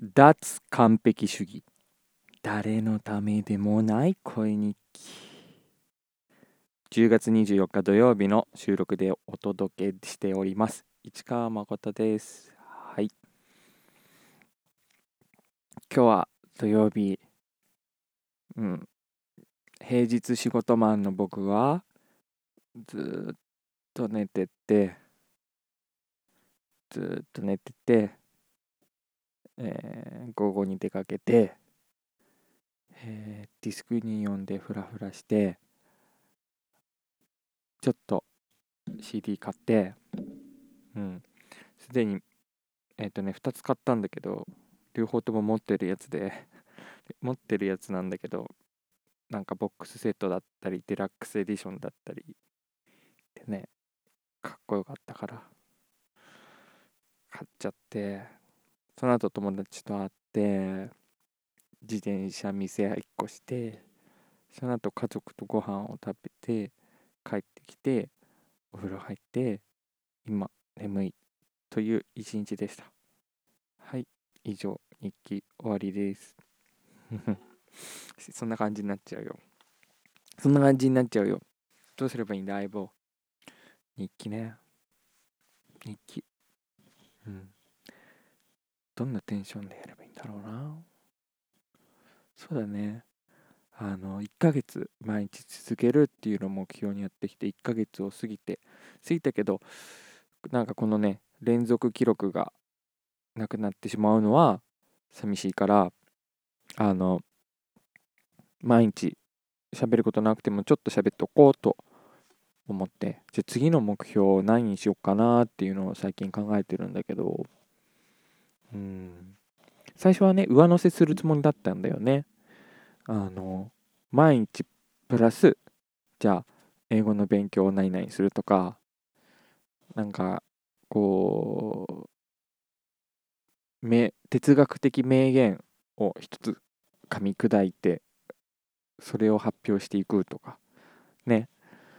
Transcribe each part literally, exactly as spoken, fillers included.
脱完璧主義。誰のためでもない声日記。じゅうがつにじゅうよっか土曜日の収録でお届けしております。市川誠です。はい。今日は土曜日。うん。平日仕事マンの僕はずーっと寝てて、ずーっと寝てて、えー午後に出かけて、えーディスクに読んでフラフラして、ちょっと シーディー 買って、うん。すでに、えっとね、ふたつ買ったんだけど、両方とも持ってるやつで、持ってるやつなんだけど、なんかボックスセットだったり、デラックスエディションだったりでね、かっこよかったから買っちゃって、その後友達と会って、自転車店いっこして、その後家族とご飯を食べて、帰ってきて、お風呂入って、今、眠いという一日でした。はい、以上、日記終わりです。そんな感じになっちゃうよ。そんな感じになっちゃうよ。どうすればいいんだ、相棒。日記ね。日記。うん。どんなテンションでやればいいんだろうな。そうだね。あの、いっかげつ毎日続けるっていうのを目標にやってきて、いっかげつを過ぎて、過ぎたけど、なんかこのね、連続記録がなくなってしまうのは寂しいから、あの、毎日喋ることなくてもちょっと喋っておこうと思って、じゃあ次の目標何にしようかなっていうのを最近考えてるんだけど、うん、最初はね、上乗せするつもりだったんだよね。あの、毎日プラス、じゃあ、英語の勉強を何々するとか、なんか、こう、め哲学的名言を一つ噛み砕いて、それを発表していくとか、ね、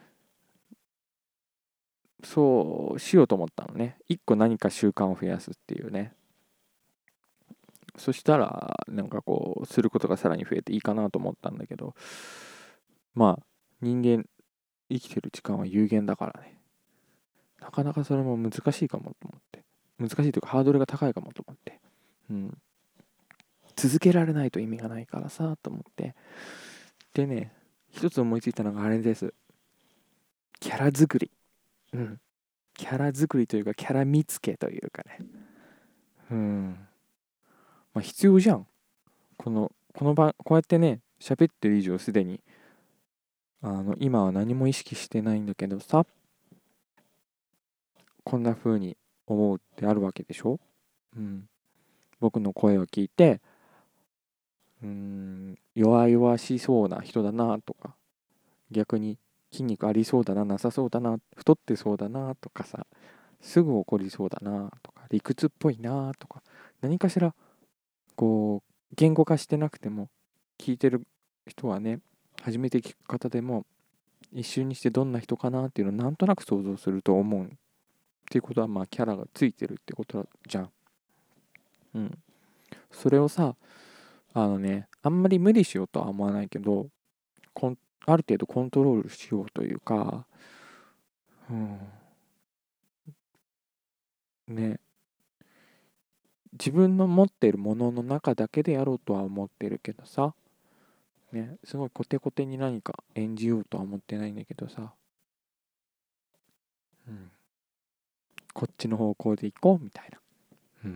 そうしようと思ったのね。一個何か習慣を増やすっていうね。そしたら、なんかこう、することがさらに増えていいかなと思ったんだけど、まあ、人間、生きてる時間は有限だからね。なかなかそれも難しいかもと思って。難しいというか、ハードルが高いかもと思って。うん。続けられないと意味がないからさ、と思って。でね、一つ思いついたのがあれです。キャラ作り。うん。キャラ作りというか、キャラ見つけというかね。うん。まあ、必要じゃん。この、この場、こうやってね、喋ってる以上すでに、あの、今は何も意識してないんだけどさ、こんな風に思うってあるわけでしょ。うん。僕の声を聞いて、うーん、弱々しそうな人だなとか、逆に筋肉ありそうだな、なさそうだな、太ってそうだなとかさ、すぐ怒りそうだなとか、理屈っぽいなとか、何かしら、こう、言語化してなくても、聞いてる人はね、初めて聞く方でも、一瞬にしてどんな人かなっていうのをなんとなく想像すると思う。っていうことは、まあ、キャラがついてるってことじゃん。うん。それをさ、あのね、あんまり無理しようとは思わないけど、コンある程度コントロールしようというか、うん、ね、自分の持っているものの中だけでやろうとは思ってるけどさ、ね、すごいコテコテに何か演じようとは思ってないんだけどさ、うん、こっちの方向で行こうみたいな。うん、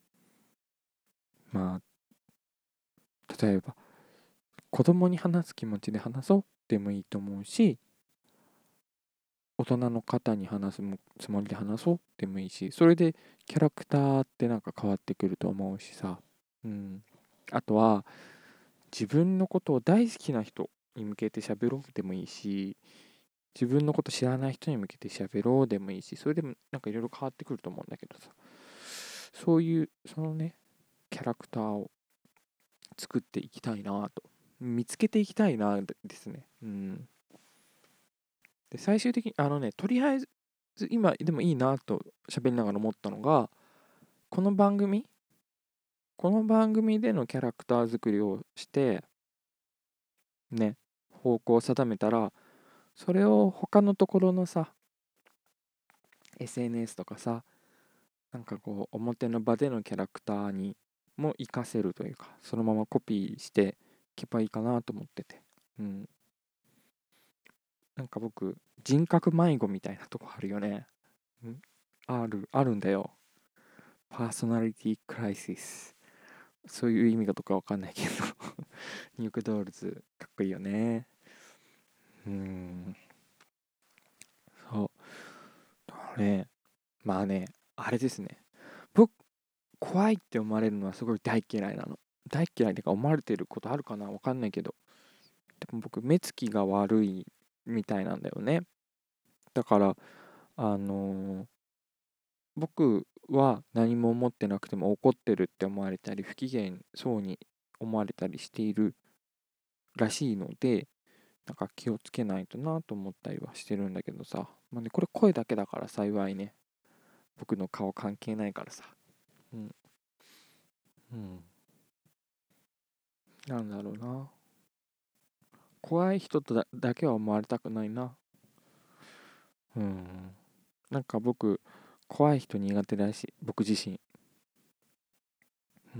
まあ、例えば、子供に話す気持ちで話そうでもいいと思うし、大人の方に話すつもりで話そうでもいいし、それでキャラクターってなんか変わってくると思うしさ、うん。あとは、自分のことを大好きな人に向けて喋ろうでもいいし、自分のこと知らない人に向けて喋ろうでもいいし、それでもなんかいろいろ変わってくると思うんだけどさ、そういう、そのね、キャラクターを作っていきたいなと、見つけていきたいなですね。うん。で、最終的に、あのね、とりあえず、今でもいいなと喋りながら思ったのが、この番組この番組でのキャラクター作りをしてね、方向を定めたら、それを他のところのさ エスエヌエス とかさ、なんかこう表の場でのキャラクターにも活かせるというか、そのままコピーしていけばいいかなと思ってて、うん、なんか僕人格迷子みたいなとこあるよね。んあるあるんだよ。パーソナリティクライシス、そういう意味かとかわかんないけどニュークドールズかっこいいよね。うーん、そうね。まあね、あれですね、僕怖いって思われるのはすごい大嫌いなの。大嫌いってか思われてることあるかな、わかんないけど、でも僕目つきが悪いみたいなんだよね。だからあのー僕は何も思ってなくても怒ってるって思われたり不機嫌そうに思われたりしているらしいので、なんか気をつけないとなと思ったりはしてるんだけどさ、まあね、これ声だけだから幸いね、僕の顔関係ないからさ、うん、うん、なんだろうな、怖い人とだだけは思われたくないな。うん、なんか僕怖い人苦手だし、僕自身。うん、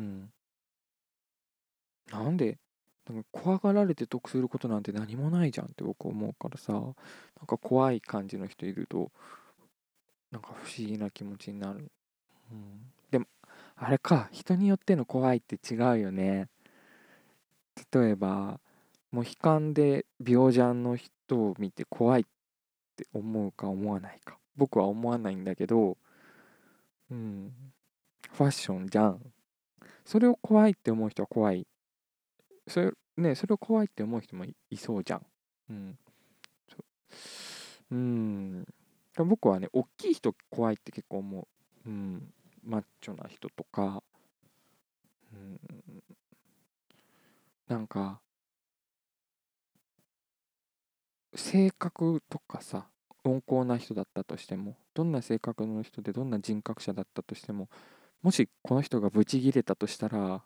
なんで、なんか怖がられて得することなんて何もないじゃんって僕思うからさ、なんか怖い感じの人いるとなんか不思議な気持ちになる。うん、でもあれか、人によっての怖いって違うよね。例えばモヒカンで病ジャンの人を見て怖いって思うか思わないか、僕は思わないんだけど、うん、ファッションじゃん。それを怖いって思う人は怖い。それね、それを怖いって思う人もい、いそうじゃん。うん。う。うん。僕はね、大きい人怖いって結構思う。うん。マッチョな人とか、うん、なんか、性格とかさ、温厚な人だったとしても、どんな性格の人でどんな人格者だったとしても、もしこの人がブチギレたとしたら、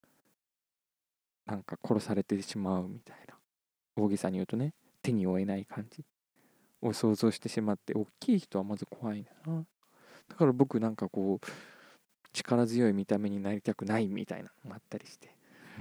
なんか殺されてしまうみたいな。大げさに言うとね、手に負えない感じを想像してしまって、大きい人はまず怖いんだな。だから僕なんかこう、力強い見た目になりたくないみたいなのがあったりして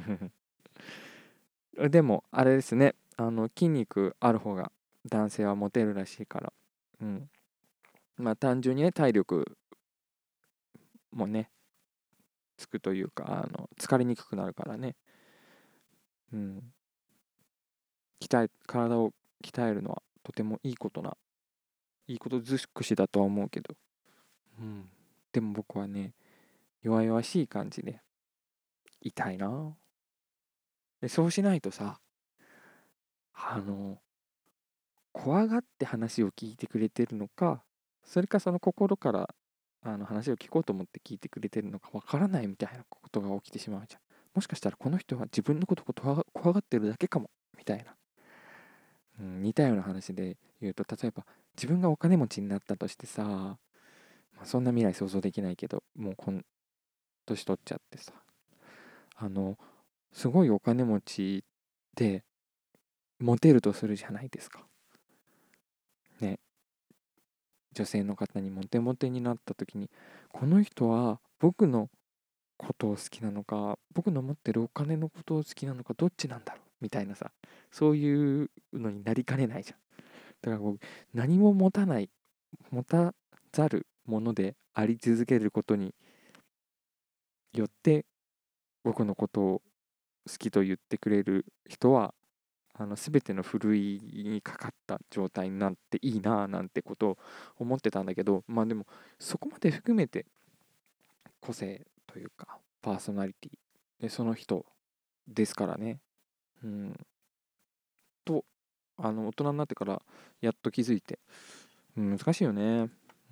でもあれですね、あの筋肉ある方が男性はモテるらしいから、うん、まあ単純にね、体力もねつくというか、あの疲れにくくなるからね、うん、鍛え体を鍛えるのはとてもいいことないいこと尽くしだとは思うけど、うん、でも僕はね、弱々しい感じでいたいな。でそうしないとさ、あの怖がって話を聞いてくれてるのか、それかその心からあの話を聞こうと思って聞いてくれてるのかわからないみたいなことが起きてしまうじゃん。もしかしたらこの人は自分のことを怖が怖がってるだけかもみたいな、うん、似たような話で言うと、例えば自分がお金持ちになったとしてさ、まあ、そんな未来想像できないけど、もうこん年取っちゃってさ、あのすごいお金持ちでモテるとするじゃないですか。ね、女性の方にモテモテになった時に、この人は僕のことを好きなのか、僕の持ってるお金のことを好きなのか、どっちなんだろうみたいなさ、そういうのになりかねないじゃん。だからこう、何も持たない、持たざるものであり続けることによって、僕のことを好きと言ってくれる人は、あの全てのふるいにかかった状態になっていいなぁなんてことを思ってたんだけど、まあでもそこまで含めて個性というかパーソナリティでその人ですからね。うん、とあの大人になってからやっと気づいて、うん、難しいよね。うん、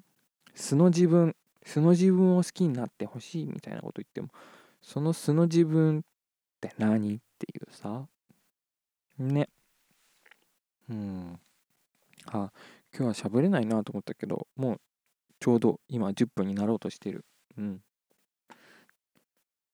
素の自分素の自分を好きになってほしいみたいなこと言っても、その素の自分って何っていうさ、ね。うん、あ、今日は喋れないなと思ったけど、もうちょうど今じゅっぷんになろうとしてる。うん。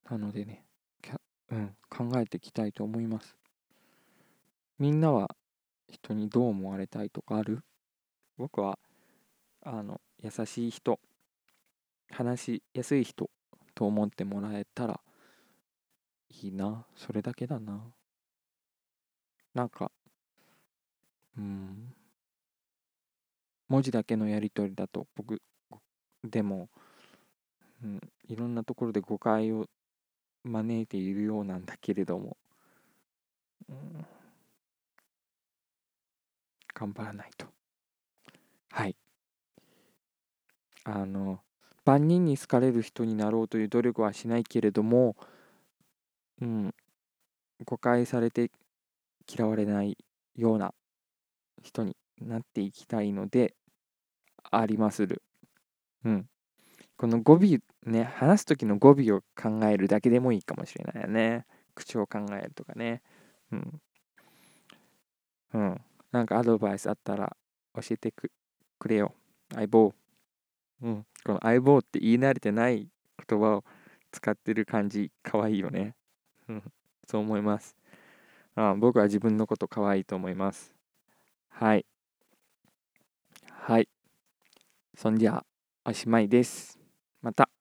なのでね、きゃうん、考えていきたいと思います。みんなは人にどう思われたいとかある？僕は、あの、優しい人、話しやすい人と思ってもらえたらいいな。それだけだな。なんか、うん、文字だけのやり取りだと僕、でも、うん、いろんなところで誤解を招いているようなんだけれども、うん、頑張らないと。はい。あの、万人に好かれる人になろうという努力はしないけれども、うん、誤解されて嫌われないような人になっていきたいのでありまする。うん。この語尾ね、話す時の語尾を考えるだけでもいいかもしれないよね。口を考えるとかね。うん。うん。なんかアドバイスあったら教えてくくれよ。相棒。うん。この相棒って言い慣れてない言葉を使ってる感じ、かわいいよね。うん。そう思います。あ、僕は自分のこと可愛いと思います。はい。はい。そんじゃあ、おしまいです。また。